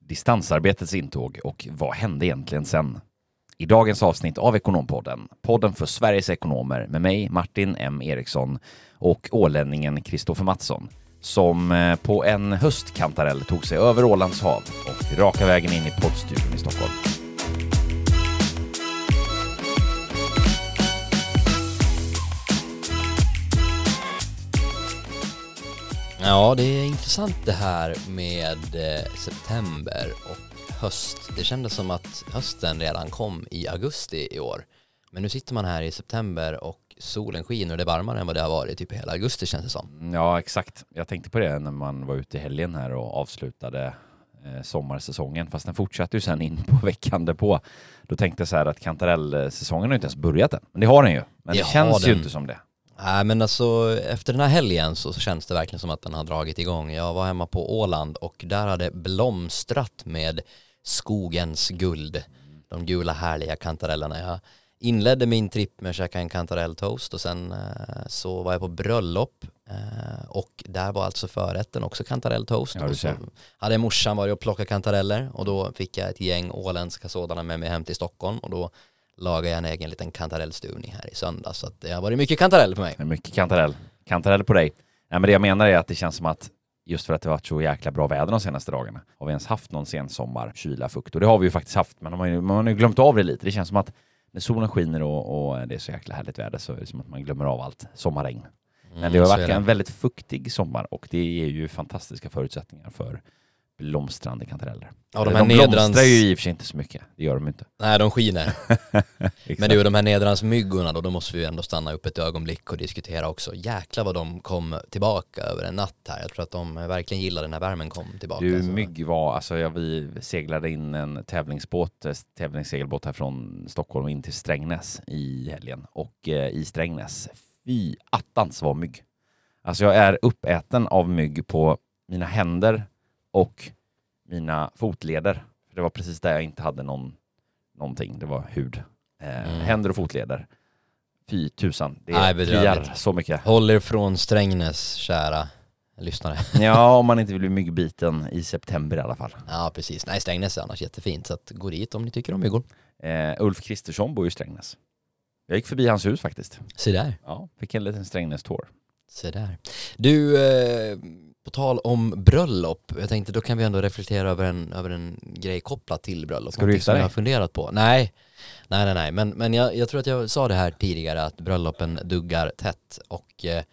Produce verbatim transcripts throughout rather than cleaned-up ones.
distansarbetets intåg och vad hände egentligen sen? I dagens avsnitt av Ekonompodden, podden för Sveriges ekonomer med mig Martin M. Eriksson och ålänningen Kristoffer Mattsson som på en höstkantarell tog sig över Ålands hav och raka vägen in i poddstudion i Stockholm. Ja, det är intressant det här med eh, september och höst. Det kändes som att hösten redan kom i augusti i år. Men nu sitter man här i september och solen skiner och det är varmare än vad det har varit typ hela augusti känns det som. Ja, exakt. Jag tänkte på det när man var ute i helgen här och avslutade eh, sommarsäsongen. Fast den fortsatte ju sen in på veckan därpå. Då tänkte jag så här att kantarellsäsongen har inte ens börjat än. Men det har den ju. Men det, det känns ju inte som det. Nej, men alltså efter den här helgen så, så känns det verkligen som att den har dragit igång. Jag var hemma på Åland och där hade blomstrat med skogens guld. De gula härliga kantarellerna. Jag inledde min tripp med att käka en kantarelltoast och sen eh, så var jag på bröllop eh, och där var alltså förrätten också kantarelltoast. Ja, och så hade morsan varit och plockat kantareller och då fick jag ett gäng åländska sådana med mig hem till Stockholm och då lagade jag en egen liten kantarellstuvning här i söndag. Så att det har varit mycket kantarell för mig. Mycket kantarell. Kantarell på dig. Ja, men det jag menar är att det känns som att just för att det har varit så jäkla bra väder de senaste dagarna. Har vi ens haft någon sen sommar, kyla, fukt? Och det har vi ju faktiskt haft. Men man har ju, man har ju glömt av det lite. Det känns som att när solen skiner och, och det är så jäkla härligt väder så är det som att man glömmer av allt sommarregn. Men mm, det har varit en väldigt fuktig sommar och det ger ju fantastiska förutsättningar för blomstrande kantareller. Ja, de, de nedrans... blomstrar ju i och för sig inte så mycket. Det gör de inte. Nej, de skiner. Men det är ju de här nedransmyggorna då, då måste vi ändå stanna upp ett ögonblick och diskutera också. Jäklar vad de kom tillbaka över en natt här. Jag tror att de verkligen gillade när värmen kom tillbaka. Du, så. mygg var, alltså ja, vi seglade in en tävlingsbåt, tävlingssegelbåt här från Stockholm in till Strängnäs i helgen. Och eh, i Strängnäs, fy attans var mygg. Alltså jag är uppäten av mygg på mina händer och mina fotleder. Det var precis där jag inte hade någon, någonting. Det var hud. Eh, mm. Händer och fotleder. Fy tusan. Det är så mycket. Håll er från Strängnäs, kära lyssnare. Ja, om man inte vill bli myggbiten i september i alla fall. Ja, precis. Nej, Strängnäs är annars jättefint. Så att gå dit om ni tycker om myggor. Eh, Ulf Kristersson bor i Strängnäs. Jag gick förbi hans hus faktiskt. Se där. Ja, fick en liten Strängnäs-tår. Se där. Du... Eh... På tal om bröllop, jag tänkte då kan vi ändå reflektera över en, över en grej kopplat till bröllop. Ska du gifta dig? Jag har funderat på. Nej, nej, nej, nej. Men, men jag, jag tror att jag sa det här tidigare att bröllopen duggar tätt. Och eh,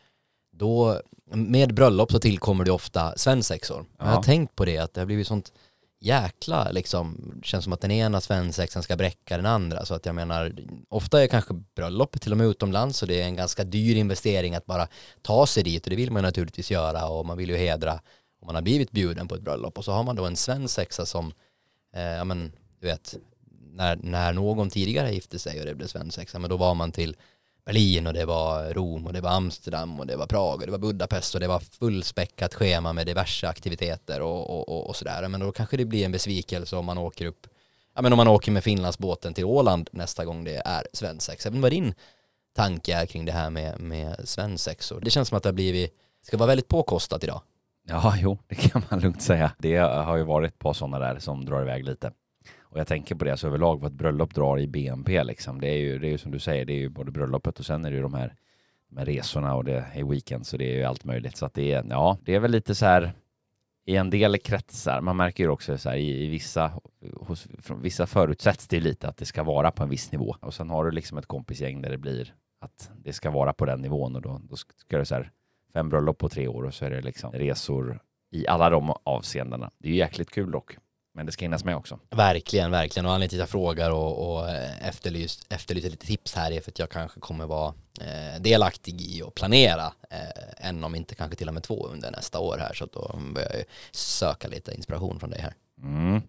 då, med bröllop så tillkommer det ofta svensexor. Ja. Jag har tänkt på det, att det har blivit sånt jäkla, liksom, känns som att den ena svensexan ska bräcka den andra. Så att jag menar, ofta är kanske bröllop till och med utomlands så det är en ganska dyr investering att bara ta sig dit och det vill man naturligtvis göra och man vill ju hedra om man har blivit bjuden på ett bröllop. Och så har man då en svensexa som, eh, ja men, du vet, när, när någon tidigare gifte sig och det blev svensexa, men då var man till Berlin och det var Rom och det var Amsterdam och det var Prag och det var Budapest och det var fullspäckat schema med diverse aktiviteter och, och, och, och sådär. Men då kanske det blir en besvikelse om man åker upp, ja men om man åker med Finlandsbåten till Åland nästa gång det är svensexa. Men vad är din tanke kring det här med, med svensexor? Det känns som att det har blivit, det ska vara väldigt påkostat idag. Ja, jo, det kan man lugnt säga. Det har ju varit ett par sådana där som drar iväg lite. Och jag tänker på det så överlag vad ett bröllop drar i B N P liksom. Det är ju, det är ju som du säger, det är ju både bröllopet och sen är det ju de här, de här resorna och det är weekend så det är ju allt möjligt. Så att det är, ja, det är väl lite så här i en del kretsar. Man märker ju också så här i, i vissa, hos, från vissa förutsätts det lite att det ska vara på en viss nivå. Och sen har du liksom ett kompisgäng där det blir att det ska vara på den nivån och då, då ska det så här fem bröllop på tre år och så är det liksom resor i alla de avseendena. Det är ju jäkligt kul dock. Men det ska hinnas med också. Verkligen, verkligen. Och anledningen till att jag frågar och, och efterlyser, efterlyser lite tips här är för att jag kanske kommer vara eh, delaktig i att planera eh, en om inte kanske till och med två under nästa år här. Så då börjar jag söka lite inspiration från dig här. Mm.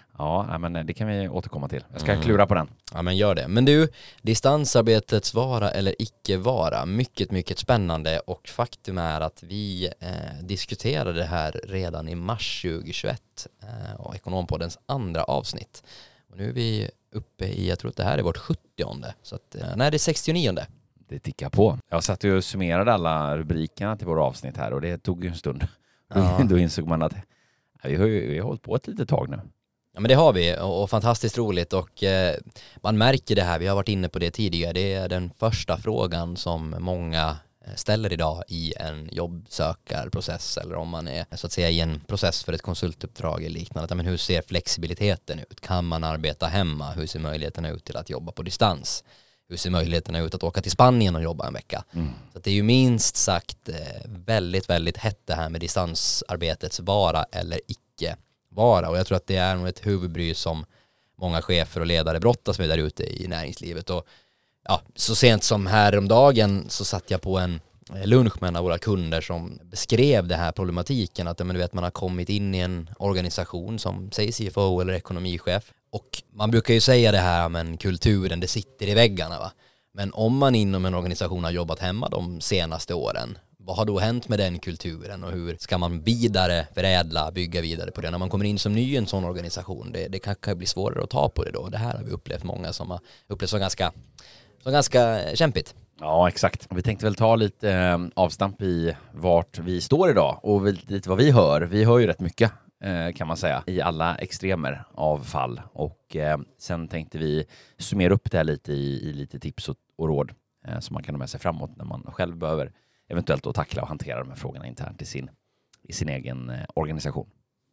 Ja, men det kan vi återkomma till. Jag ska mm. klura på den. Ja, men gör det. Men du, distansarbetets vara eller icke vara. Mycket, mycket spännande. Och faktum är att vi eh, diskuterade det här redan i mars tjugohundratjugoett. Eh, och Ekonompoddens andra avsnitt. Och nu är vi uppe i, jag tror att det här är vårt sjuttionde. Så att, eh, nej, det är sextionionde. Det tickar på. Jag satt och summerade alla rubrikerna till våra avsnitt här. Och det tog ju en stund. Ja. Då insåg man att Vi har ju vi har hållit på ett litet tag nu. Ja, men det har vi och, och fantastiskt roligt och eh, man märker det här, vi har varit inne på det tidigare, det är den första frågan som många ställer idag i en jobbsökarprocess eller om man är så att säga i en process för ett konsultuppdrag eller liknande. Men hur ser flexibiliteten ut? Kan man arbeta hemma? Hur ser möjligheterna ut till att jobba på distans? Hur ser möjligheterna ut att åka till Spanien och jobba en vecka? Mm. Så att det är ju minst sagt väldigt, väldigt hett det här med distansarbetets vara eller icke vara. Och jag tror att det är nog ett huvudbry som många chefer och ledare brottas med där ute i näringslivet. Och ja, så sent som häromdagen så satt jag på en lunch med en av våra kunder som beskrev det här problematiken att men du vet, man har kommit in i en organisation som säger C F O eller ekonomichef och man brukar ju säga det här men kulturen det sitter i väggarna va. Men om man inom en organisation har jobbat hemma de senaste åren, vad har då hänt med den kulturen och hur ska man vidare förädla, bygga vidare på det när man kommer in som ny i en sån organisation? Det, det kan, kan bli svårare att ta på det då. Det här har vi upplevt många som har upplevt som ganska Så ganska kämpigt. Ja, exakt. Vi tänkte väl ta lite eh, avstamp i vart vi står idag och lite vad vi hör. Vi hör ju rätt mycket eh, kan man säga i alla extremer av fall. Och eh, sen tänkte vi summera upp det här lite i, i lite tips och, och råd eh, som man kan ha med sig framåt när man själv behöver eventuellt att tackla och hantera de här frågorna internt i sin, i sin egen eh, organisation.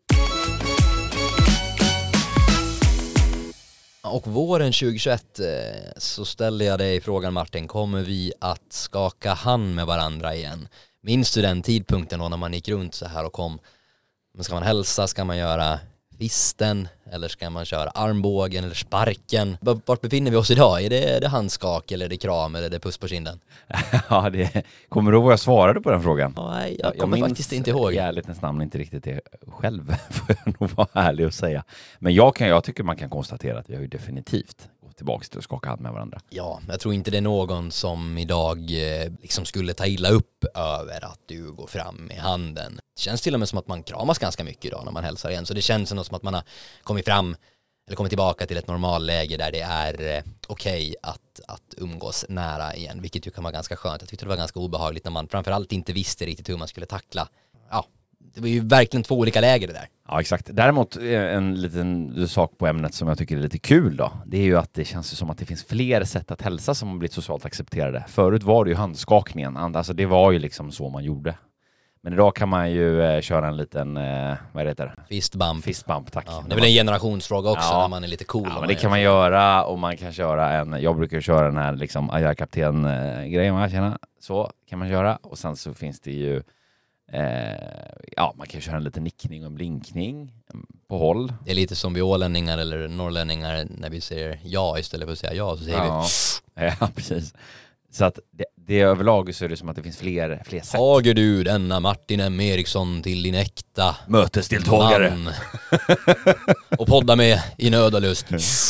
Och våren tjugohundratjugoett så ställde jag dig frågan Martin, kommer vi att skaka hand med varandra igen? Minns du den tidpunkten då när man gick runt så här och kom? Men ska man hälsa, ska man göra fisten eller ska man köra armbågen eller sparken? Vart befinner vi oss idag? Är det, är det handskak eller är det kram eller är det puss på kinden? Ja, det kommer du ihåg vad jag svarade på den frågan? Nej, jag, jag kommer jag faktiskt inte ihåg. I ärlighetens namn inte riktigt det själv, får jag nog vara ärlig och säga. Men jag, kan, jag tycker man kan konstatera att vi har ju definitivt gått tillbaka till att skaka hand med varandra. Ja, jag tror inte det är någon som idag eh, liksom skulle ta illa upp över att du går fram med handen. Det känns till och med som att man kramas ganska mycket idag när man hälsar igen. Så det känns som att man har kommit fram eller kommit tillbaka till ett normalläge där det är eh, okej okay att, att umgås nära igen. Vilket ju kan vara ganska skönt. Jag tyckte det var ganska obehagligt när man framförallt inte visste riktigt hur man skulle tackla. Ja, det var ju verkligen två olika läger det där. Ja, exakt. Däremot en liten sak på ämnet som jag tycker är lite kul då. Det är ju att det känns som att det finns fler sätt att hälsa som har blivit socialt accepterade. Förut var det ju handskakningen. Alltså det var ju liksom så man gjorde. Men idag kan man ju eh, köra en liten, eh, vad heter det? Fistbump. Fistbump, tack. Ja, det är väl en generationsfråga också ja. när man är lite cool. Ja, men det kan man göra och man kan köra en, jag brukar köra den här liksom, jag är kapten-grejen, man känner. Så kan man göra. Och sen så finns det ju, eh, ja, man kan köra en liten nickning och en blinkning på håll. Det är lite som vi ålänningar eller norrlänningar när vi säger ja istället för att säga ja, så säger ja. vi ja, precis. Så att det, det överlag så är det som att det finns fler, fler sätt. Tager du denna Martin M. Eriksson till din äkta mötesdeltagare man och podda med i nöd och lust.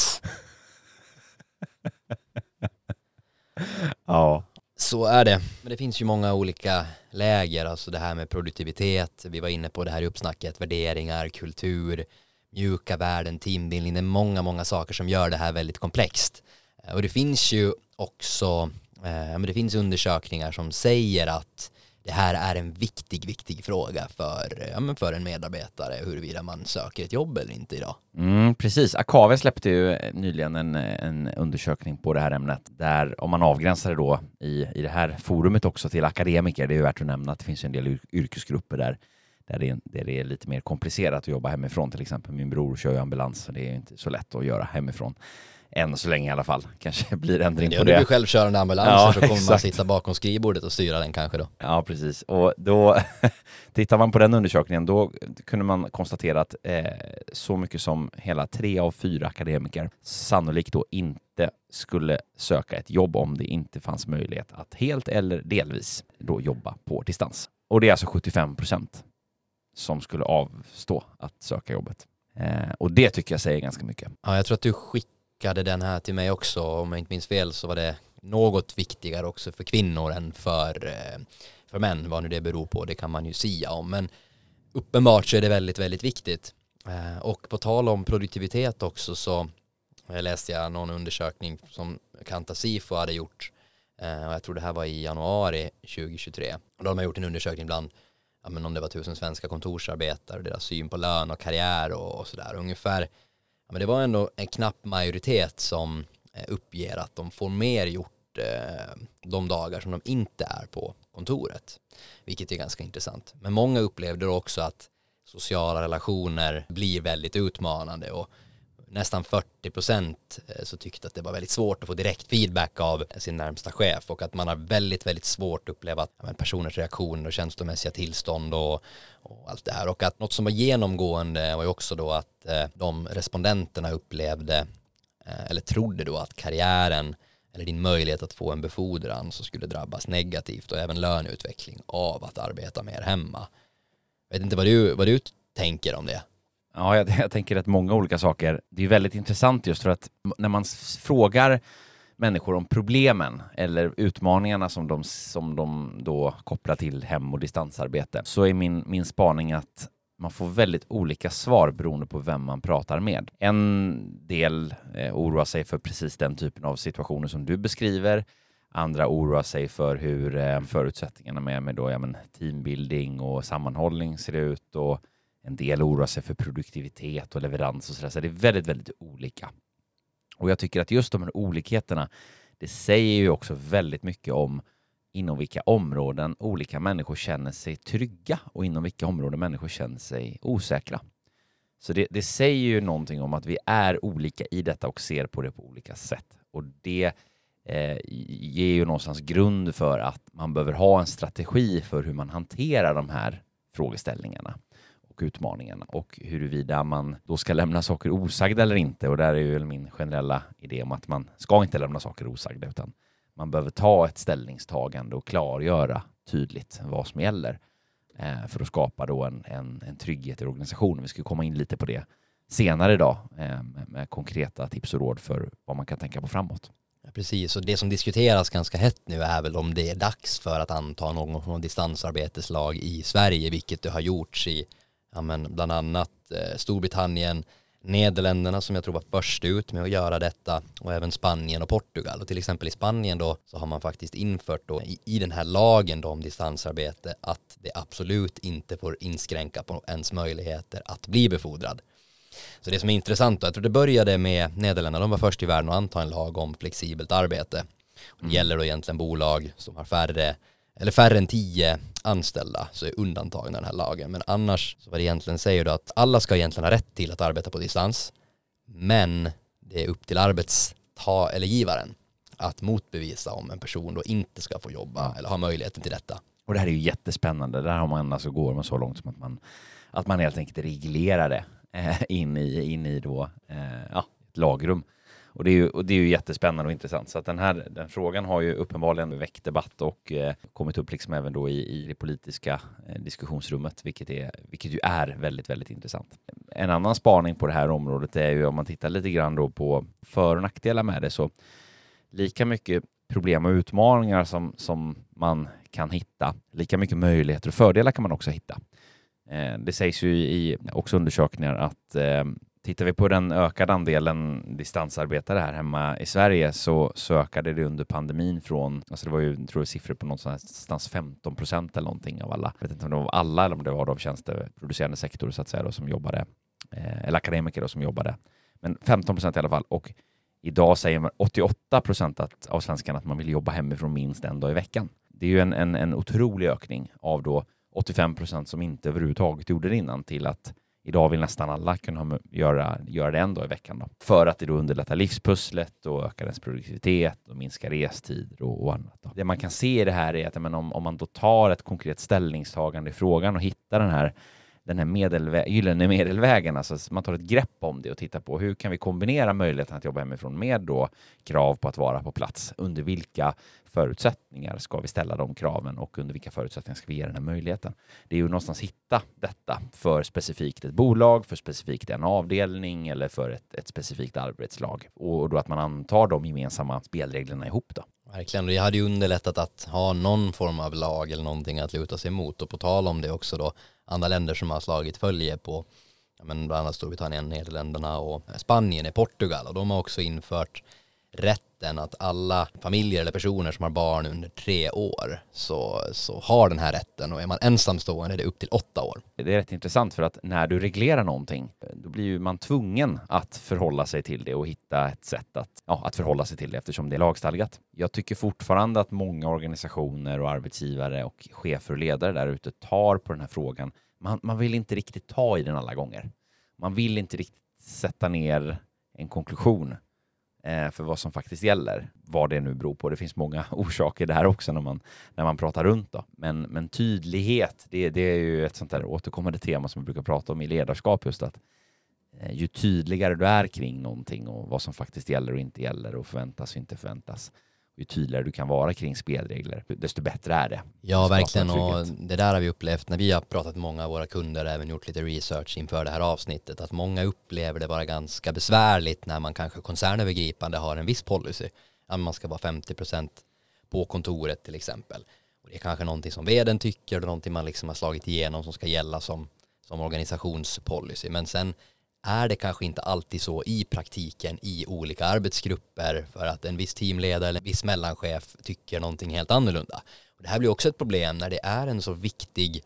Ja. Så är det. Men det finns ju många olika läger. Alltså det här med produktivitet. Vi var inne på det här i uppsnacket. Värderingar, kultur, mjuka värden, teambildning. Det är många, många saker som gör det här väldigt komplext. Och det finns ju också men det finns undersökningar som säger att det här är en viktig, viktig fråga för, ja, men för en medarbetare huruvida man söker ett jobb eller inte idag. Mm, precis. Akavia släppte ju nyligen en, en undersökning på det här ämnet där om man avgränsar det då i, i det här forumet också till akademiker, det är ju värt att nämna att det finns en del yrkesgrupper där där det, är, där det är lite mer komplicerat att jobba hemifrån. Till exempel min bror kör ju ambulans så det är inte så lätt att göra hemifrån. Än så länge i alla fall. Kanske blir ändring det på det. Om du blir självkörande ambulanser ja, så kommer exakt. man sitta bakom skrivbordet och styra den kanske då. Ja, precis. Och då tittar man på den undersökningen då kunde man konstatera att eh, så mycket som hela tre av fyra akademiker sannolikt då inte skulle söka ett jobb om det inte fanns möjlighet att helt eller delvis då jobba på distans. Och det är alltså sjuttiofem procent som skulle avstå att söka jobbet. Eh, och det tycker jag säger ganska mycket. Ja, jag tror att du skickade den här till mig också. Om jag inte minns fel så var det något viktigare också för kvinnor än för, eh, för män. Vad nu det beror på, det kan man ju sia om. Men uppenbart så är det väldigt, väldigt viktigt. Eh, och på tal om produktivitet också så jag läste jag någon undersökning som Kanta Sifo hade gjort. Eh, och jag tror det här var i januari tjugohundratjugotre. Och då har man gjort en undersökning bland ja, men om det var tusen svenska kontorsarbetare och deras syn på lön och karriär och, och sådär. Ungefär, ja, men det var ändå en knapp majoritet som eh, uppger att de får mer gjort eh, de dagar som de inte är på kontoret. Vilket är ganska intressant. Men många upplevde också att sociala relationer blir väldigt utmanande och nästan fyrtio procent så tyckte att det var väldigt svårt att få direkt feedback av sin närmsta chef och att man har väldigt, väldigt svårt att uppleva att, ja, personers reaktioner och känslomässiga tillstånd och, och allt det här. Och att något som var genomgående var ju också då att eh, de respondenterna upplevde eh, eller trodde då att karriären eller din möjlighet att få en befordran så skulle drabbas negativt och även löneutveckling av att arbeta mer hemma. Jag vet inte vad du, vad du tänker om det. Ja, jag, jag tänker att många olika saker. Det är väldigt intressant just för att när man s- frågar människor om problemen eller utmaningarna som de, som de då kopplar till hem- och distansarbete, så är min, min spaning att man får väldigt olika svar beroende på vem man pratar med. En del eh, oroar sig för precis den typen av situationer som du beskriver. Andra oroar sig för hur eh, förutsättningarna med, med då, ja, men teambuilding och sammanhållning ser ut, och en del oroar sig för produktivitet och leverans och sådär. Så det är väldigt, väldigt olika. Och jag tycker att just de här olikheterna, det säger ju också väldigt mycket om inom vilka områden olika människor känner sig trygga och inom vilka områden människor känner sig osäkra. Så det, det säger ju någonting om att vi är olika i detta och ser på det på olika sätt. Och det eh, ger ju någonstans grund för att man behöver ha en strategi för hur man hanterar de här frågeställningarna och utmaningarna och huruvida man då ska lämna saker osagda eller inte. Och där är ju min generella idé om att man ska inte lämna saker osagda, utan man behöver ta ett ställningstagande och klargöra tydligt vad som gäller eh, för att skapa då en, en, en trygghet i organisationen. Vi ska komma in lite på det senare idag eh, med, med konkreta tips och råd för vad man kan tänka på framåt. Ja, precis, och det som diskuteras ganska hett nu är väl om det är dags för att anta någon form av distansarbeteslag i Sverige, vilket det har gjorts i, ja, men bland annat eh, Storbritannien, Nederländerna som jag tror var först ut med att göra detta, och även Spanien och Portugal. Och till exempel i Spanien då så har man faktiskt infört då i, i den här lagen då om distansarbete att det absolut inte får inskränka på ens möjligheter att bli befordrad. Så det som är intressant då, jag tror det började med Nederländerna, de var först i världen att anta en lag om flexibelt arbete. Och det mm. gäller då egentligen bolag som har färre eller färre än tio anställda, så är undantagna den här lagen. Men annars så vad det egentligen säger då att alla ska egentligen ha rätt till att arbeta på distans, men det är upp till arbetsta eller givaren att motbevisa om en person då inte ska få jobba ja. eller ha möjligheten till detta. Och det här är ju jättespännande. Där har man alltså går man så långt som att man att man helt enkelt reglerar det eh, in i in i då eh, ja, ett lagrum. Och det, är ju, och det är ju jättespännande och intressant. Så att den här den frågan har ju uppenbarligen väckt debatt och eh, kommit upp liksom även då i, i det politiska eh, diskussionsrummet, vilket, är, vilket ju är väldigt, väldigt intressant. En annan spaning på det här området är ju, om man tittar lite grann då på för- och nackdelar med det, så lika mycket problem och utmaningar som, som man kan hitta, lika mycket möjligheter och fördelar kan man också hitta. Eh, det sägs ju i också undersökningar att eh, tittar vi på den ökade andelen distansarbetare här hemma i Sverige, så, så ökade det under pandemin från, alltså det var ju, tror jag, siffror på någonstans femton procent eller någonting av alla. Jag vet inte om det var alla eller om det var av tjänsteproducerande sektor så att säga då, som jobbade, eh, eller akademiker då, som jobbade. Men femton procent i alla fall. Och idag säger man åttioåtta procent att, av svenskarna att man vill jobba hemifrån minst en dag i veckan. Det är ju en, en, en otrolig ökning av då åttiofem procent som inte överhuvudtaget gjorde det innan, till att idag vill nästan alla kunna göra, göra det en dag i veckan då. För att det då underlättar livspusslet och ökar ens produktivitet och minskar restider och, och annat. Då. Det man kan se i det här är att men om, om man då tar ett konkret ställningstagande i frågan och hittar den här, den här medelvä- gyllene medelvägen, alltså man tar ett grepp om det och tittar på hur kan vi kombinera möjligheten att jobba hemifrån med då krav på att vara på plats. Under vilka förutsättningar ska vi ställa de kraven och under vilka förutsättningar ska vi ge den här möjligheten. Det är ju någonstans hitta detta för specifikt ett bolag, för specifikt en avdelning eller för ett, ett specifikt arbetslag. Och då att man antar de gemensamma spelreglerna ihop då. Verkligen, och det hade ju underlättat att ha någon form av lag eller någonting att luta sig emot. Och på tal om det också då, andra länder som har slagit följe på, ja, men bland annat Storbritannien, Nederländerna och Spanien är Portugal. Och de har också infört rätten att alla familjer eller personer som har barn under tre år så, så har den här rätten, och är man ensamstående är det upp till åtta år. Det är rätt intressant, för att när du reglerar någonting då blir ju man tvungen att förhålla sig till det och hitta ett sätt att, ja, att förhålla sig till det eftersom det är lagstadgat. Jag tycker fortfarande att många organisationer och arbetsgivare och chefer och ledare där ute tar på den här frågan. Man, man vill inte riktigt ta i den alla gånger. Man vill inte riktigt sätta ner en konklusion eh, för vad som faktiskt gäller. Vad det nu beror på. Det finns många orsaker där också när man, när man pratar runt. Då. Men, men tydlighet, det, det är ju ett sånt där återkommande tema som vi brukar prata om i ledarskap. Just att eh, ju tydligare du är kring någonting och vad som faktiskt gäller och inte gäller och förväntas och inte förväntas. Ju tydligare du kan vara kring spelregler, desto bättre är det. Ja, verkligen. Och det där har vi upplevt när vi har pratat med många av våra kunder och även gjort lite research inför det här avsnittet. Att många upplever det vara ganska besvärligt när man kanske koncernövergripande har en viss policy. Att man ska vara femtio procent på kontoret till exempel. Och det är kanske någonting som vdn tycker, och någonting man liksom har slagit igenom som ska gälla som, som organisationspolicy. Men sen är det kanske inte alltid så i praktiken i olika arbetsgrupper, för att en viss teamledare eller en viss mellanchef tycker någonting helt annorlunda. Och det här blir också ett problem när det är en så viktig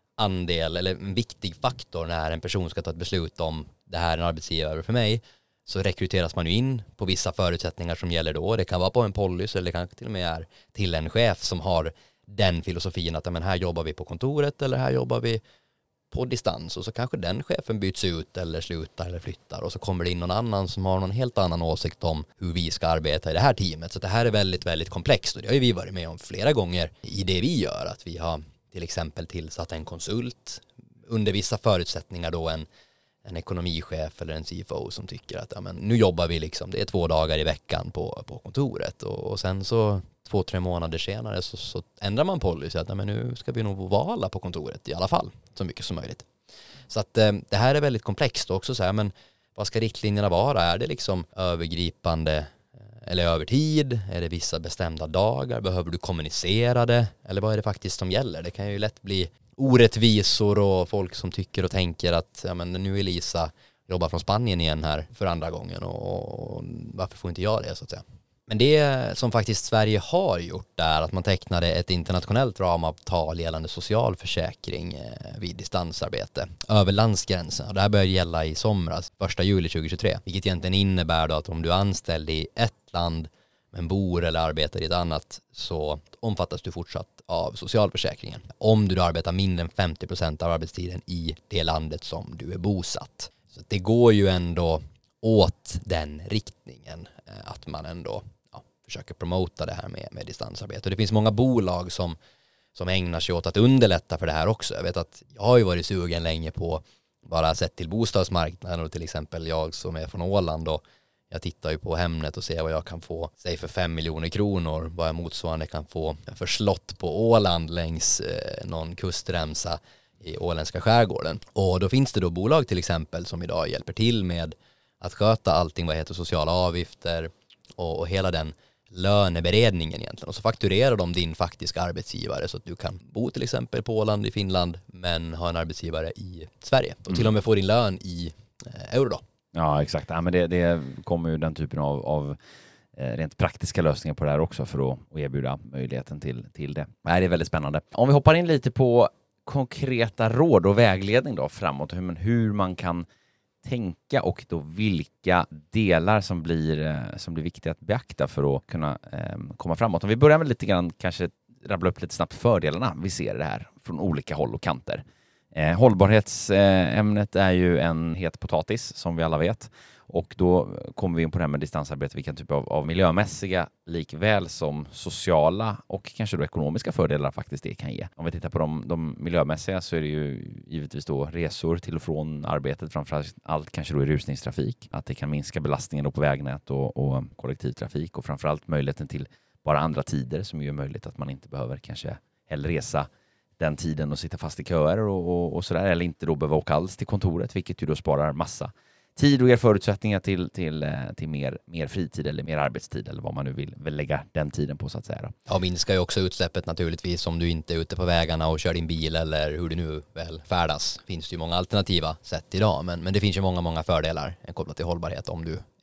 andel eller en viktig faktor när en person ska ta ett beslut om det här är en arbetsgivare för mig, så rekryteras man ju in på vissa förutsättningar som gäller då. Det kan vara på en policy eller kanske till och med är till en chef som har den filosofin att men här jobbar vi på kontoret eller här jobbar vi på distans, och så kanske den chefen byts ut eller slutar eller flyttar, och så kommer det in någon annan som har någon helt annan åsikt om hur vi ska arbeta i det här teamet. Så det här är väldigt, väldigt komplext, och det har ju vi varit med om flera gånger i det vi gör, att vi har till exempel tillsatt en konsult under vissa förutsättningar då en, en ekonomichef eller en C F O som tycker att ja, men nu jobbar vi liksom, det är två dagar i veckan på, på kontoret, och, och sen så två, tre månader senare så, så ändrar man policy att ja, men nu ska vi nog vara alla på kontoret i alla fall så mycket som möjligt. Så att eh, det här är väldigt komplext och också så här, men vad ska riktlinjerna vara? Är det liksom övergripande eller över tid? Är det vissa bestämda dagar? Behöver du kommunicera det? Eller vad är det faktiskt som gäller? Det kan ju lätt bli orättvisor och folk som tycker och tänker att ja, men nu är Lisa jobbar från Spanien igen här för andra gången, och, och varför får inte jag det så att säga? Men det som faktiskt Sverige har gjort är att man tecknade ett internationellt ramavtal gällande socialförsäkring vid distansarbete över landsgränsen. Det här börjar gälla i somras, första juli tjugohundratjugotre, vilket egentligen innebär då att om du är anställd i ett land men bor eller arbetar i ett annat så omfattas du fortsatt av socialförsäkringen. Om du arbetar mindre än femtio procent av arbetstiden i det landet som du är bosatt. Så det går ju ändå åt den riktningen att man ändå ja, försöker promota det här med, med distansarbete. Och det finns många bolag som, som ägnar sig åt att underlätta för det här också. Jag vet att jag har ju varit sugen länge på bara sett till bostadsmarknaden, och till exempel jag som är från Åland och jag tittar ju på Hemnet och ser vad jag kan få, säg för fem miljoner kronor, vad jag motsvarande kan få för slott på Åland längs eh, någon kustremsa i åländska skärgården. Och då finns det då bolag till exempel som idag hjälper till med att sköta allting vad heter sociala avgifter och, och hela den löneberedningen egentligen. Och så fakturerar de din faktiska arbetsgivare så att du kan bo till exempel på Åland i Finland men ha en arbetsgivare i Sverige. Och till och med få din lön i eh, euro då. Ja, exakt. Ja, men det, det kommer ju den typen av, av eh, rent praktiska lösningar på det här också för att, att erbjuda möjligheten till, till det. Nej, det är väldigt spännande. Om vi hoppar in lite på konkreta råd och vägledning då framåt, hur, hur man kan tänka och då vilka delar som blir, som blir viktiga att beakta för att kunna eh, komma framåt. Om vi börjar med lite grann, kanske rabbla upp lite snabbt fördelarna vi ser det här från olika håll och kanter. Eh, hållbarhetsämnet är ju en het potatis som vi alla vet, och då kommer vi in på det här med distansarbete, vilken typ av, av miljömässiga likväl som sociala och kanske då ekonomiska fördelar faktiskt det kan ge. Om vi tittar på de, de miljömässiga så är det ju givetvis då resor till och från arbetet, framförallt allt kanske då i rusningstrafik, att det kan minska belastningen då på vägnät och, och kollektivtrafik, och framförallt möjligheten till bara andra tider som gör möjligt att man inte behöver kanske heller resa den tiden och sitta fast i köer och, och, och sådär, eller inte då behöva åka alls till kontoret, vilket ju då sparar massa tid och ger förutsättningar till, till, till mer, mer fritid eller mer arbetstid eller vad man nu vill, vill lägga den tiden på så att säga. Då. Ja, minskar ju också utsläppet naturligtvis om du inte är ute på vägarna och kör din bil eller hur du nu väl färdas. Finns det ju många alternativa sätt idag, men, men det finns ju många, många fördelar kopplat till hållbarhet om du är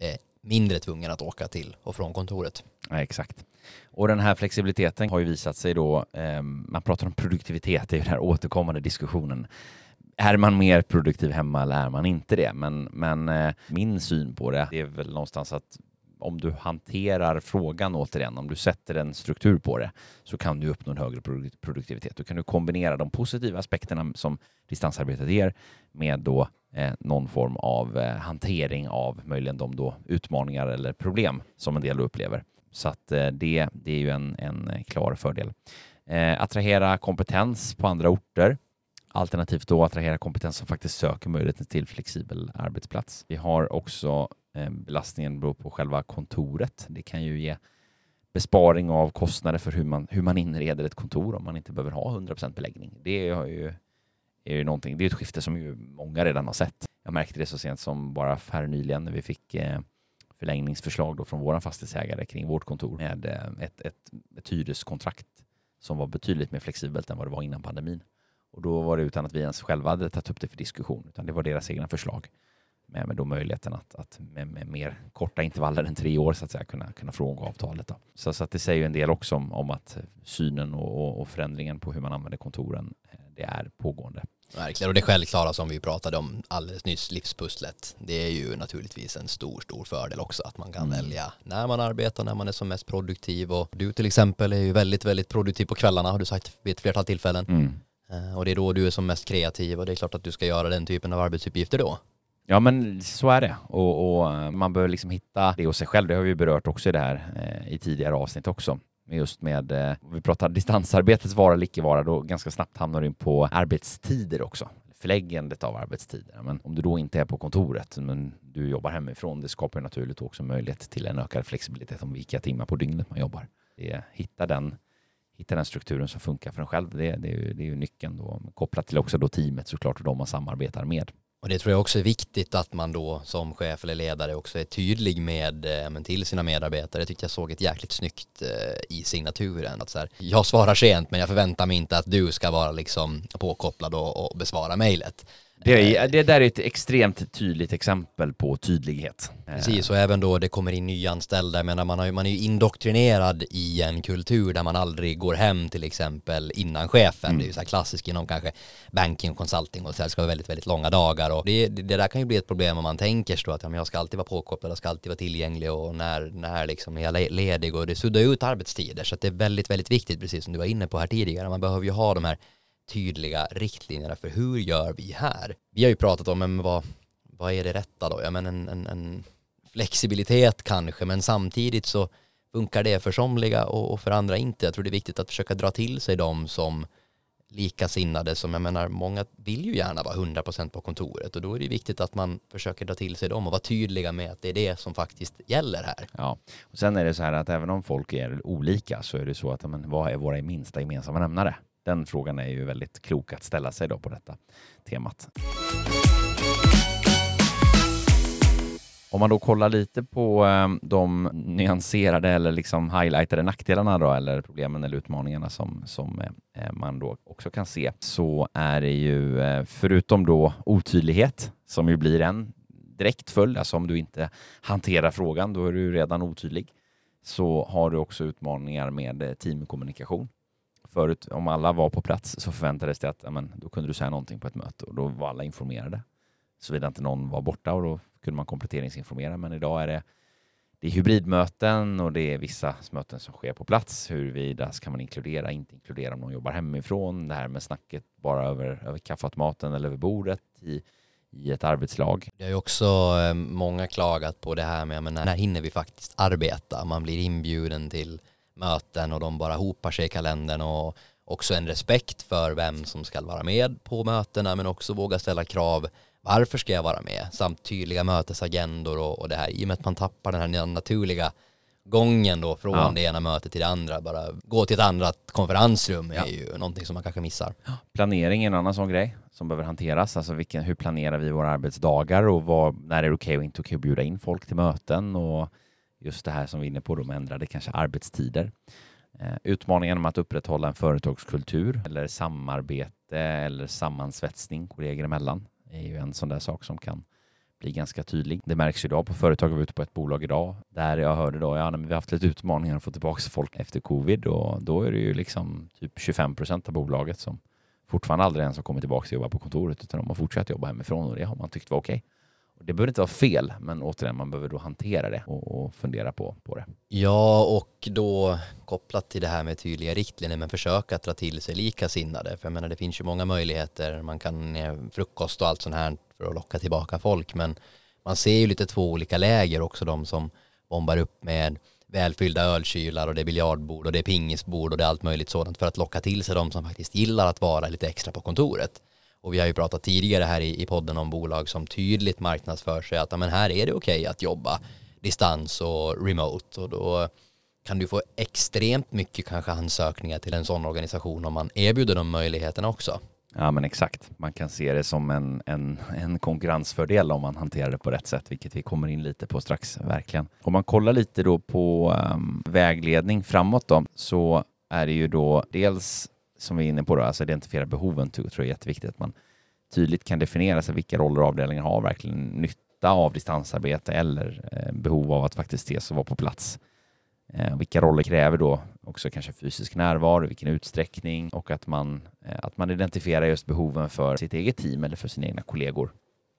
mindre tvungen att åka till och från kontoret. Ja, exakt. Och den här flexibiliteten har ju visat sig då, eh, man pratar om produktivitet, det är ju den här återkommande diskussionen. Är man mer produktiv hemma eller är man inte det? Men, men eh, min syn på det, det är väl någonstans att om du hanterar frågan återigen, om du sätter en struktur på det, så kan du uppnå en högre produktivitet. Då kan du kombinera de positiva aspekterna som distansarbetet ger med då eh, någon form av eh, hantering av möjligen de då utmaningar eller problem som en del upplever. Så att eh, det, det är ju en, en klar fördel. Eh, attrahera kompetens på andra orter. Alternativt då attrahera kompetens som faktiskt söker möjligheten till flexibel arbetsplats. Vi har också eh, belastningen beror på själva kontoret. Det kan ju ge besparing av kostnader för hur man, hur man inreder ett kontor om man inte behöver ha hundra procent beläggning. Det är ju, är ju någonting, det är ett skifte som ju många redan har sett. Jag märkte det så sent som bara här nyligen när vi fick eh, förlängningsförslag då från våra fastighetsägare kring vårt kontor med eh, ett, ett, ett hyreskontrakt som var betydligt mer flexibelt än vad det var innan pandemin. Och då var det utan att vi ens själva hade tagit upp det för diskussion, utan det var deras egna förslag. Med, med då möjligheten att, att med, med mer korta intervaller än tre år så att säga kunna, kunna frångå avtalet. Då. Så, så att det säger ju en del också om, om att synen och, och, och förändringen på hur man använder kontoren, det är pågående. Verkligen, och det självklara som vi pratade om alldeles nyss, livspusslet, det är ju naturligtvis en stor, stor fördel också att man kan mm. välja när man arbetar, när man är som mest produktiv. Och du till exempel är ju väldigt, väldigt produktiv på kvällarna, har du sagt vid ett flertal tillfällen. Mm. Och det är då du är som mest kreativ och det är klart att du ska göra den typen av arbetsuppgifter då. Ja, men så är det. Och, och man behöver liksom hitta det hos sig själv. Det har vi berört också i det här eh, i tidigare avsnitt också. Just med, eh, vi pratar distansarbetets vara eller icke vara, då ganska snabbt hamnar du in på arbetstider också. Förläggandet av arbetstider. Men om du då inte är på kontoret, men du jobbar hemifrån, det skapar ju naturligt också möjlighet till en ökad flexibilitet om vilka timmar på dygnet man jobbar. Det, hitta den Hitta den strukturen som funkar för en själv, det, det, är, ju, det är ju nyckeln då. Kopplat till också då teamet såklart och de man samarbetar med. Och det tror jag också är viktigt att man då som chef eller ledare också är tydlig med men till sina medarbetare. Jag tyckte jag såg ett jäkligt snyggt eh, i signaturen. Att så här, jag svarar sent men jag förväntar mig inte att du ska vara liksom påkopplad och, och besvara mejlet. Det, är, det där är ett extremt tydligt exempel på tydlighet. Precis, och även då det kommer in nyanställda. Men man, har, man är ju indoktrinerad i en kultur där man aldrig går hem till exempel innan chefen. Mm. Det är ju så här klassiskt inom kanske banking och consulting och så här, ska vara väldigt, väldigt långa dagar. Och det, det där kan ju bli ett problem om man tänker så att ja, men jag ska alltid vara påkopplad, jag ska alltid vara tillgänglig och när, när liksom är jag ledig och det suddar ut arbetstider. Så att det är väldigt, väldigt viktigt, precis som du var inne på här tidigare. Man behöver ju ha de här tydliga riktlinjerna för hur gör vi här. Vi har ju pratat om men vad, vad är det rätta då? Ja, men en, en, en flexibilitet kanske, men samtidigt så funkar det för somliga och, och för andra inte. Jag tror det är viktigt att försöka dra till sig dem som likasinnade, som jag menar, många vill ju gärna vara hundra procent på kontoret och då är det viktigt att man försöker dra till sig dem och vara tydliga med att det är det som faktiskt gäller här. Ja, och sen är det så här att även om folk är olika så är det så att men, vad är våra minsta gemensamma nämnare? Den frågan är ju väldigt klok att ställa sig då på detta temat. Om man då kollar lite på eh, de nyanserade eller liksom highlightade nackdelarna då, eller problemen eller utmaningarna som, som eh, man då också kan se, så är det ju eh, förutom då otydlighet som ju blir en direkt följd, alltså om du inte hanterar frågan då är du redan otydlig, så har du också utmaningar med eh, teamkommunikation. Förut, om alla var på plats så förväntades det att ja, men, då kunde du säga någonting på ett möte och då var alla informerade. Såvida inte någon var borta och då kunde man kompletteringsinformera. Men idag är det, det är hybridmöten och det är vissa möten som sker på plats. Huruvida kan man inkludera, inte inkludera om någon jobbar hemifrån. Det här med snacket bara över, över kaffeautomaten eller över bordet i, i ett arbetslag. Det är ju också eh, många klagat på det här med men när, när hinner vi faktiskt arbeta? Man blir inbjuden till möten och de bara hopar sig i kalendern och också en respekt för vem som ska vara med på mötena men också våga ställa krav. Varför ska jag vara med? Samt tydliga mötesagendor och, och det här. I och med att man tappar den här naturliga gången då från ja. det ena mötet till det andra. Bara gå till ett annat konferensrum ja. är ju någonting som man kanske missar. Planering är en annan sån grej som behöver hanteras. Alltså vilken, hur planerar vi våra arbetsdagar och vad, när är det okej och inte okej att bjuda in folk till möten och just det här som vi är inne på, de ändrade kanske arbetstider. Eh, utmaningen med att upprätthålla en företagskultur eller samarbete eller sammansvetsning kollegor emellan är ju en sån där sak som kan blir ganska tydlig. Det märks idag på företag. Vi var ute på ett bolag idag där jag hörde då, ja, men vi har haft lite utmaningar att få tillbaka folk efter covid, och då är det ju liksom typ tjugofem procent av bolaget som fortfarande aldrig ens har kommit tillbaka och jobba på kontoret, utan de har fortsatt jobba hemifrån, och det har man tyckt var okej. Och det behöver inte vara fel, men återigen, man behöver då hantera det och, och fundera på, på det. Ja, och då kopplat till det här med tydliga riktlinjer, men försöka att dra till sig likasinnade. För jag menar, det finns ju många möjligheter. Man kan eh, frukost och allt sånt här för att locka tillbaka folk, men man ser ju lite två olika läger också. De som bombar upp med välfyllda ölkylar och det är biljardbord och det är pingisbord och det är allt möjligt sådant för att locka till sig de som faktiskt gillar att vara lite extra på kontoret. Och vi har ju pratat tidigare här i, i podden om bolag som tydligt marknadsför sig att men här är det okej att jobba distans och remote, och då kan du få extremt mycket kanske ansökningar till en sån organisation om man erbjuder de möjligheterna också. Ja, men exakt. Man kan se det som en, en, en konkurrensfördel om man hanterar det på rätt sätt, vilket vi kommer in lite på strax, verkligen. Om man kollar lite då på um, vägledning framåt då, så är det ju då dels, som vi är inne på då, alltså identifiera behoven, tror jag är jätteviktigt, att man tydligt kan definiera sig vilka roller och avdelningar har verkligen nytta av distansarbete eller eh, behov av att faktiskt ses och vara på plats. Eh, vilka roller kräver då också kanske fysisk närvaro, vilken utsträckning, och att man, eh, att man identifierar just behoven för sitt eget team eller för sina egna kollegor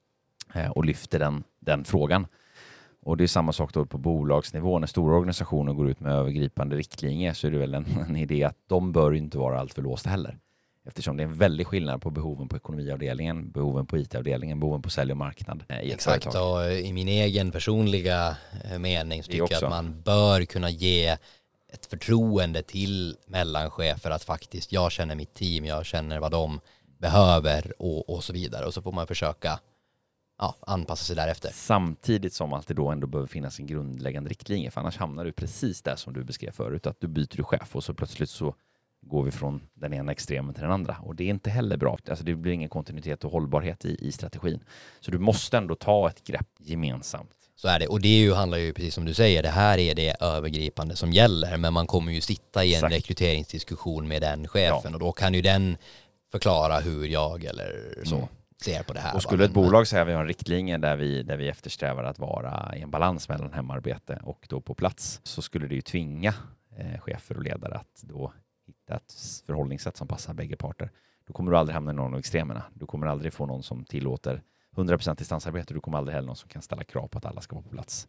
eh, och lyfter den, den frågan. Och det är samma sak då på bolagsnivå. När stora organisationer går ut med övergripande riktlinjer så är det väl en, en idé att de bör inte vara allt för låsta heller. Eftersom det är en väldig skillnad på behoven på ekonomiavdelningen, behoven på I T-avdelningen, behoven på sälj och marknad. I Exakt, och i min egen personliga mening så tycker jag att man bör kunna ge ett förtroende till mellanchefer att faktiskt jag känner mitt team, jag känner vad de behöver och, och så vidare. Och så får man försöka ja, anpassa sig därefter. Samtidigt som alltid då ändå behöver finnas en grundläggande riktlinje, för annars hamnar du precis där som du beskrev förut, att du byter du chef och så plötsligt så går vi från den ena extremen till den andra. Och det är inte heller bra. Alltså det blir ingen kontinuitet och hållbarhet i, i strategin. Så du måste ändå ta ett grepp gemensamt. Så är det. Och det är ju, handlar ju precis som du säger, det här är det övergripande som gäller. Men man kommer ju sitta i en Exakt. rekryteringsdiskussion med den chefen. Ja. Och då kan ju den förklara hur jag eller så mm. ser på det här. Och skulle ett bolag säga att vi har en riktlinje där vi, där vi eftersträvar att vara i en balans mellan hemarbete och då på plats, så skulle det ju tvinga eh, chefer och ledare att då hitta ett förhållningssätt som passar bägge parter. Då kommer du aldrig hamna i någon av extremerna. Du kommer aldrig få någon som tillåter hundra procent distansarbete. Du kommer aldrig heller någon som kan ställa krav på att alla ska vara på plats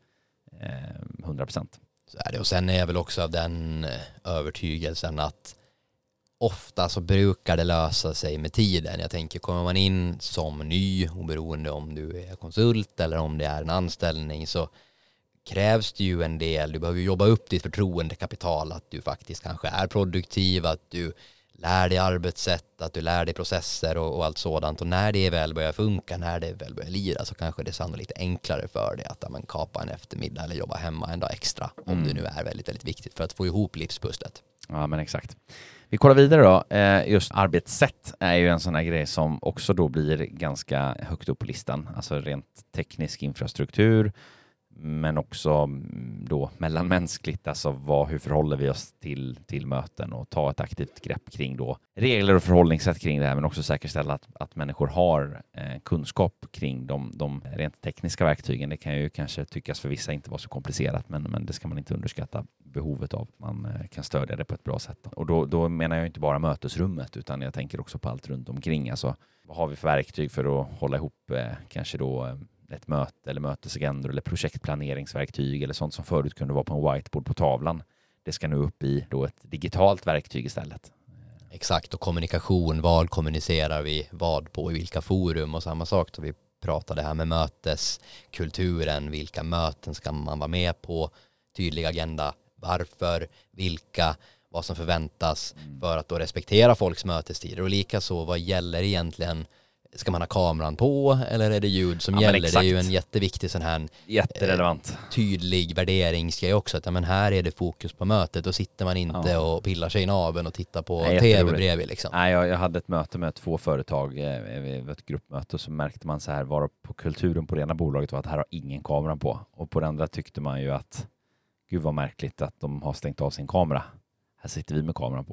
eh, hundra procent. Så är det. Och sen är jag väl också av den övertygelsen att ofta så brukar det lösa sig med tiden. Jag tänker, kommer man in som ny, oberoende om du är konsult eller om det är en anställning, så krävs det ju en del. Du behöver jobba upp ditt förtroendekapital, att du faktiskt kanske är produktiv, att du lär dig arbetssätt, att du lär dig processer och, och allt sådant. Och när det väl börjar funka, när det väl börjar lira, så kanske det är sannolikt enklare för dig att ja, men, kapa en eftermiddag eller jobba hemma en dag extra, om mm. det nu är väldigt, väldigt viktigt för att få ihop livspusslet. Ja, men exakt. Vi kollar vidare då. Just arbetssätt är ju en sån här grej som också då blir ganska högt upp på listan. Alltså rent teknisk infrastruktur, men också då mellanmänskligt, alltså vad, hur förhåller vi oss till, till möten, och ta ett aktivt grepp kring då regler och förhållningssätt kring det här, men också säkerställa att, att människor har eh, kunskap kring de, de rent tekniska verktygen. Det kan ju kanske tyckas för vissa inte vara så komplicerat, men, men det ska man inte underskatta behovet av. Man eh, kan stödja det på ett bra sätt. Och då, då menar jag inte bara mötesrummet, utan jag tänker också på allt runt omkring. Alltså, vad har vi för verktyg för att hålla ihop eh, kanske då eh, ett möte eller mötesagendor eller projektplaneringsverktyg eller sånt som förut kunde vara på en whiteboard på tavlan. Det ska nu upp i då ett digitalt verktyg istället. Exakt, och kommunikation, vad kommunicerar vi, vad på i vilka forum, och samma sak då vi pratade här med möteskulturen, vilka möten ska man vara med på, tydlig agenda, varför, vilka, vad som förväntas mm. för att då respektera folks mötestider, och lika så vad gäller egentligen. Ska man ha kameran på eller är det ljud som ja, gäller? Det är ju en jätteviktig sån här jätterelevant eh, tydlig värderingsgrej också. Att ja, men här är det fokus på mötet. Då sitter man inte ja. och pillar sig i naveln och tittar på Nej, tv bredvid. Liksom. Nej, jag, jag hade ett möte med två företag, eh, ett gruppmöte, och så märkte man så här, var på kulturen på det ena bolaget var att här har ingen kamera på. Och på det andra tyckte man ju att gud vad märkligt att de har stängt av sin kamera. Här sitter vi med kameran på.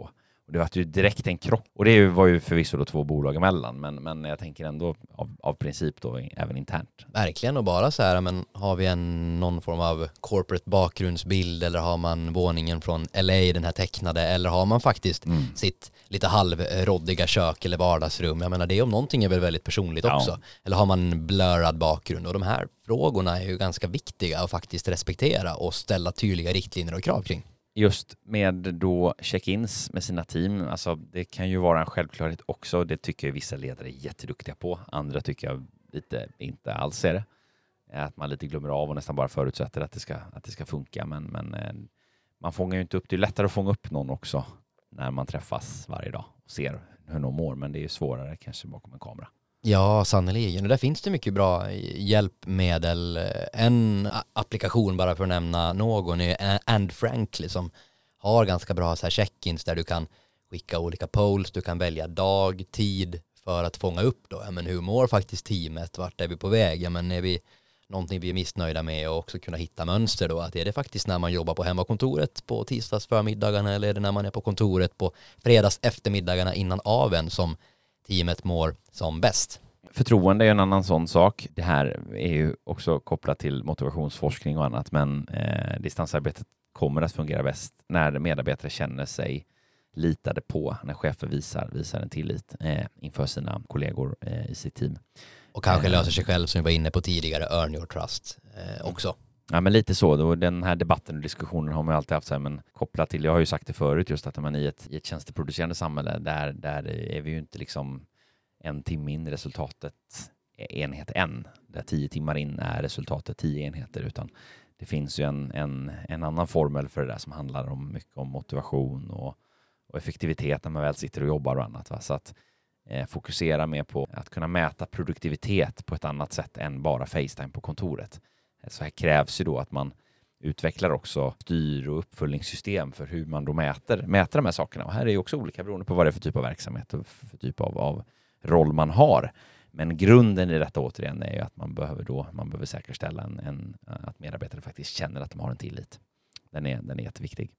Och det var ju direkt en krock. Och det var ju förvisso då två bolag emellan. Men, men jag tänker ändå av, av princip då även internt. Verkligen, och bara så här, men har vi en, någon form av corporate bakgrundsbild eller har man våningen från L A, den här tecknade, eller har man faktiskt mm. sitt lite halvroddiga kök eller vardagsrum. Jag menar, det om någonting är väl väldigt personligt ja. också. Eller har man blurrad bakgrund? Och de här frågorna är ju ganska viktiga att faktiskt respektera och ställa tydliga riktlinjer och krav kring. Just med då check-ins med sina team, alltså det kan ju vara en självklarhet också. Det tycker vissa ledare är jätteduktiga på. Andra tycker jag lite inte alls är det. Att man lite glömmer av och nästan bara förutsätter att det ska, att det ska funka. Men, men man fångar ju inte upp, det är lättare att fånga upp någon också när man träffas varje dag och ser hur någon mår. Men det är ju svårare kanske bakom en kamera. Ja, sannoliken. Och där finns det mycket bra hjälpmedel. En applikation, bara för att nämna någon, är And Frankly, som har ganska bra så här check-ins där du kan skicka olika polls, du kan välja dag, tid för att fånga upp då. Ja, men hur mår faktiskt teamet? Vart är vi på väg? Ja, men är vi någonting vi är missnöjda med, och också kunna hitta mönster då. Att är det faktiskt när man jobbar på hemmakontoret på tisdags förmiddagarna, eller är det när man är på kontoret på fredags eftermiddagarna innan aven som teamet mår som bäst? Förtroende är en annan sån sak. Det här är ju också kopplat till motivationsforskning och annat, men eh, distansarbetet kommer att fungera bäst när medarbetare känner sig litade på, när chefer visar, visar en tillit eh, inför sina kollegor eh, i sitt team. Och kanske eh, löser sig själv, som vi var inne på tidigare, earn your trust eh, också. Ja, men lite så. Då, den här debatten och diskussionen har man ju alltid haft så här, men kopplat till, jag har ju sagt det förut, just att man i ett, i ett tjänsteproducerande samhälle, där, där är vi ju inte liksom en timme in resultatet enhet en, där tio timmar in är resultatet tio enheter, utan det finns ju en, en, en annan formel för det där som handlar om mycket om motivation och, och effektivitet när man väl sitter och jobbar och annat. Va? Så att eh, fokusera mer på att kunna mäta produktivitet på ett annat sätt än bara FaceTime på kontoret. Så här krävs ju då att man utvecklar också styr- och uppföljningssystem för hur man då mäter, mäter de här sakerna. Och här är ju också olika beroende på vad det är för typ av verksamhet och för typ av, av roll man har. Men grunden i detta återigen är ju att man behöver då, man behöver säkerställa en, en, att medarbetare faktiskt känner att de har en tillit. Den är, den är jätteviktig.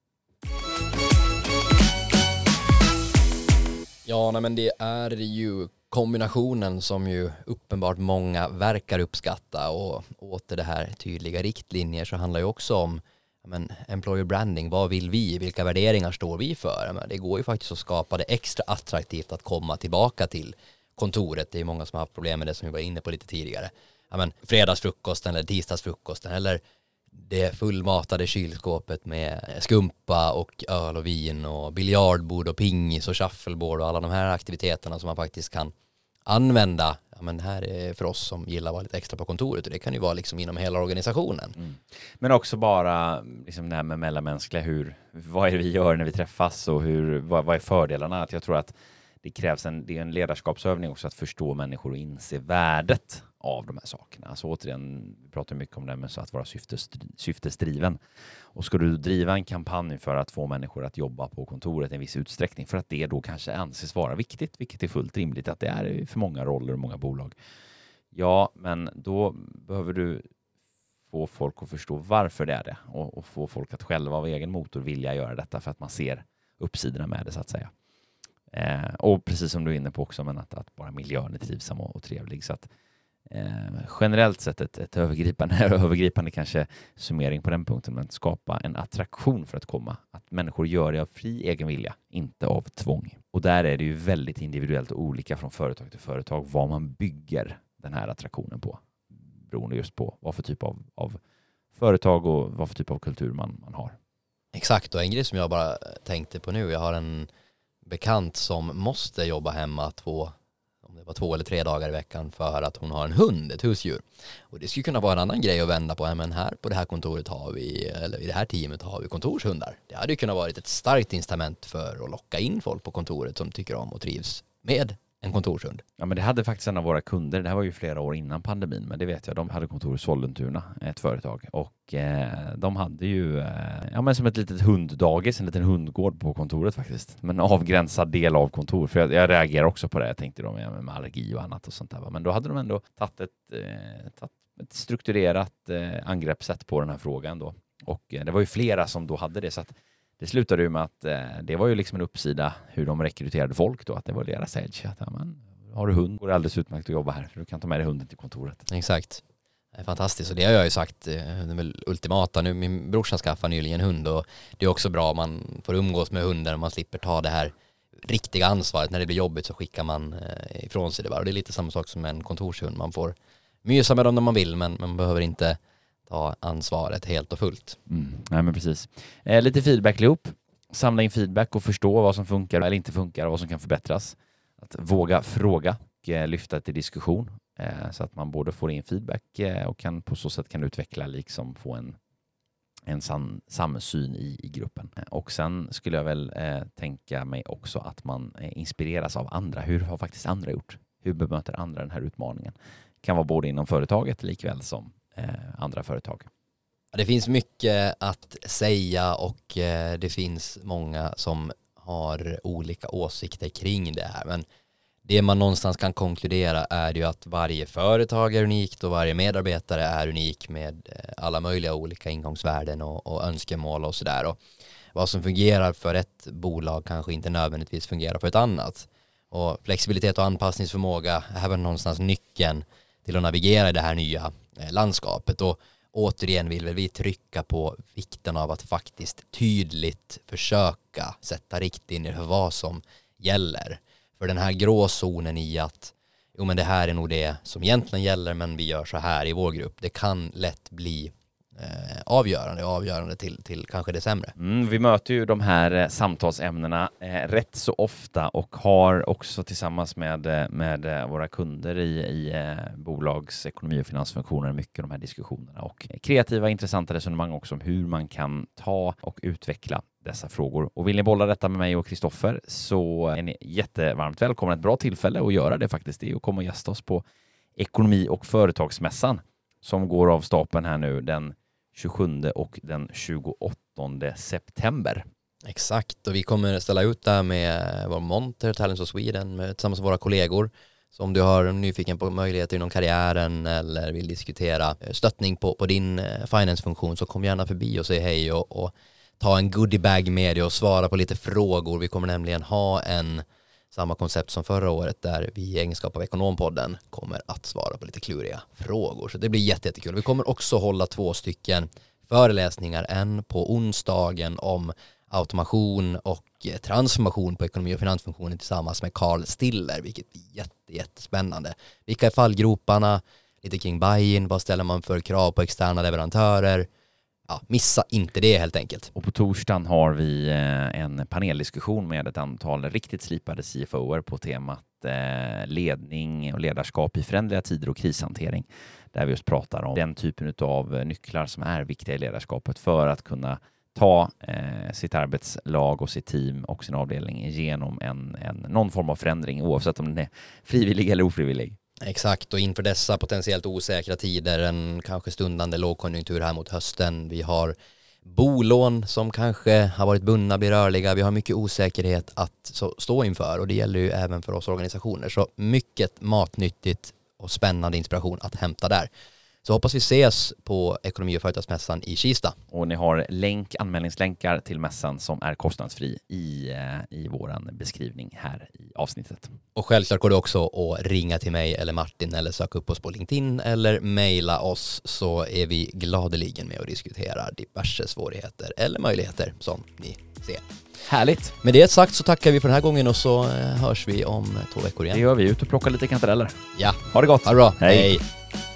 Ja, nej, men det är ju kombinationen som ju uppenbart många verkar uppskatta, och åter det här tydliga riktlinjer, så handlar ju också om men, employer branding. Vad vill vi? Vilka värderingar står vi för? Men det går ju faktiskt att skapa det extra attraktivt att komma tillbaka till kontoret. Det är många som har haft problem med det, som vi var inne på lite tidigare. Ja, men, fredagsfrukosten eller tisdagsfrukosten, eller det fullmatade kylskåpet med skumpa och öl och vin och biljardbord och pingis och shuffleboard och alla de här aktiviteterna som man faktiskt kan använda. Ja, men det här är för oss som gillar att vara lite extra på kontoret, och det kan ju vara liksom inom hela organisationen. Mm. Men också bara liksom det här med mellanmänskliga, hur, vad är det vi gör när vi träffas, och hur, vad, vad är fördelarna? Att jag tror att det krävs en, det är en ledarskapsövning också att förstå människor och inse värdet av de här sakerna. Alltså återigen, vi pratar mycket om det, men så att vara syftesdri- syftesdriven. Och ska du driva en kampanj för att få människor att jobba på kontoret i en viss utsträckning, för att det då kanske anses vara viktigt, vilket är fullt rimligt att det är för många roller och många bolag. Ja, men då behöver du få folk att förstå varför det är det, och, och få folk att själva av egen motor vilja göra detta, för att man ser uppsidorna med det, så att säga. Eh, och precis som du är inne på också, men att, att bara miljön är trivsam och, och trevlig. Så att eh, generellt sett ett, ett övergripande, övergripande kanske summering på den punkten, men skapa en attraktion för att komma. Att människor gör det av fri egen vilja, inte av tvång. Och där är det ju väldigt individuellt och olika från företag till företag vad man bygger den här attraktionen på. Beroende just på vad för typ av, av företag och vad för typ av kultur man, man har. Exakt, och en grej som jag bara tänkte på nu, jag har en bekant som måste jobba hemma två, om det var två eller tre dagar i veckan, för att hon har en hund, ett husdjur. Och det skulle kunna vara en annan grej att vända på. Men här på det här kontoret har vi, eller i det här teamet har vi kontorshundar. Det hade ju kunnat vara ett starkt incitament för att locka in folk på kontoret som tycker om och trivs med en kontorshund. Ja, men det hade faktiskt en av våra kunder, det här var ju flera år innan pandemin, men det vet jag, de hade kontor i Sollentuna, ett företag, och eh, de hade ju eh, ja, men som ett litet hunddagis, en liten hundgård på kontoret faktiskt, men avgränsad del av kontor, för jag, jag reagerar också på det, jag tänkte då med, med allergi och annat och sånt där, men då hade de ändå tagit ett, eh, tagit ett strukturerat eh, angreppssätt på den här frågan då, och eh, det var ju flera som då hade det, så att det slutade ju med att eh, det var ju liksom en uppsida hur de rekryterade folk då, att det var deras edge. Att, ja, men, har du hund går det alldeles utmärkt att jobba här, för du kan ta med dig hunden till kontoret. Exakt. Det är fantastiskt, och det har jag ju sagt, det är väl ultimata nu. Min brorsa skaffade nyligen en hund, och det är också bra om man får umgås med hunden och man slipper ta det här riktiga ansvaret. När det blir jobbigt så skickar man ifrån sig det bara. Och det är lite samma sak som en kontorshund. Man får mysa med dem när man vill, men man behöver inte ta ansvaret helt och fullt. Mm. Nej, men precis. Eh, lite feedback-loop. Samla in feedback och förstå vad som funkar eller inte funkar och vad som kan förbättras. Att våga fråga och eh, lyfta till diskussion. Eh, så att man både får in feedback eh, och kan på så sätt kan utveckla, liksom få en, en sam, samsyn i, i gruppen. Eh, och sen skulle jag väl eh, tänka mig också att man eh, inspireras av andra. Hur har faktiskt andra gjort? Hur bemöter andra den här utmaningen? Det kan vara både inom företaget likväl som eh, andra företag. Det finns mycket att säga, och eh, det finns många som har olika åsikter kring det här. Men det man någonstans kan konkludera är ju att varje företag är unikt och varje medarbetare är unik med alla möjliga olika ingångsvärden och, och önskemål och sådär. Och vad som fungerar för ett bolag kanske inte nödvändigtvis fungerar för ett annat. Och flexibilitet och anpassningsförmåga är väl någonstans nyckeln till att navigera i det här nya landskapet. Och återigen vill väl vi trycka på vikten av att faktiskt tydligt försöka sätta riktlinjer för vad som gäller. För den här gråzonen i att jo, men det här är nog det som egentligen gäller, men vi gör så här i vår grupp. Det kan lätt bli eh, avgörande avgörande till, till kanske det sämre. Mm, vi möter ju de här eh, samtalsämnena eh, rätt så ofta och har också tillsammans med, med eh, våra kunder i, i eh, bolags ekonomi- och finansfunktioner mycket de här diskussionerna och kreativa, intressanta resonemang också om hur man kan ta och utveckla dessa frågor. Och vill ni bolla detta med mig och Kristoffer så är ni jättevarmt välkomna. Ett bra tillfälle att göra det faktiskt. Det är att komma och gästa oss på ekonomi- och företagsmässan som går av stapeln här nu den tjugosjunde och den tjugoåttonde september. Exakt, och vi kommer ställa ut där med vår monter Talents of Sweden med, tillsammans med våra kollegor. Så om du har nyfiken på möjligheter inom karriären eller vill diskutera stöttning på, på din finance-funktion så kom gärna förbi och säg hej och, och ta en goodiebag med dig och svara på lite frågor. Vi kommer nämligen ha en samma koncept som förra året där vi i egenskap av Ekonompodden kommer att svara på lite kluriga frågor. Så det blir jätte, jättekul. Vi kommer också hålla två stycken föreläsningar. En på onsdagen om automation och transformation på ekonomi- och finansfunktionen tillsammans med Carl Stiller, vilket blir jätte, jättespännande. Vilka är fallgroparna? Lite kring buy-in. Vad ställer man för krav på externa leverantörer? Ja, missa inte det helt enkelt. Och på torsdagen har vi en paneldiskussion med ett antal riktigt slipade C F O-er på temat ledning och ledarskap i förändliga tider och krishantering. Där vi just pratar om den typen av nycklar som är viktiga i ledarskapet för att kunna ta eh, sitt arbetslag och sitt team och sin avdelning genom en, en, någon form av förändring oavsett om den är frivillig eller ofrivillig. Exakt, och inför dessa potentiellt osäkra tider, en kanske stundande lågkonjunktur här mot hösten. Vi har bolån som kanske har varit bundna, blir rörliga. Vi har mycket osäkerhet att så, stå inför och det gäller ju även för oss organisationer. Så mycket matnyttigt och spännande inspiration att hämta där. Så hoppas vi ses på Ekonomi- och företagsmässan i Kista. Och ni har länk, anmälningslänkar till mässan som är kostnadsfri i, i våran beskrivning här i avsnittet. Och självklart går det också att ringa till mig eller Martin eller söka upp oss på LinkedIn eller mejla oss så är vi gladeligen med och diskuterar diverse svårigheter eller möjligheter som ni ser. Härligt! Med det sagt så tackar vi för den här gången och så hörs vi om två veckor igen. Det gör vi, ut och plocka lite kantareller. Ja. Ha det gott! Ha det bra! Hej. Hej.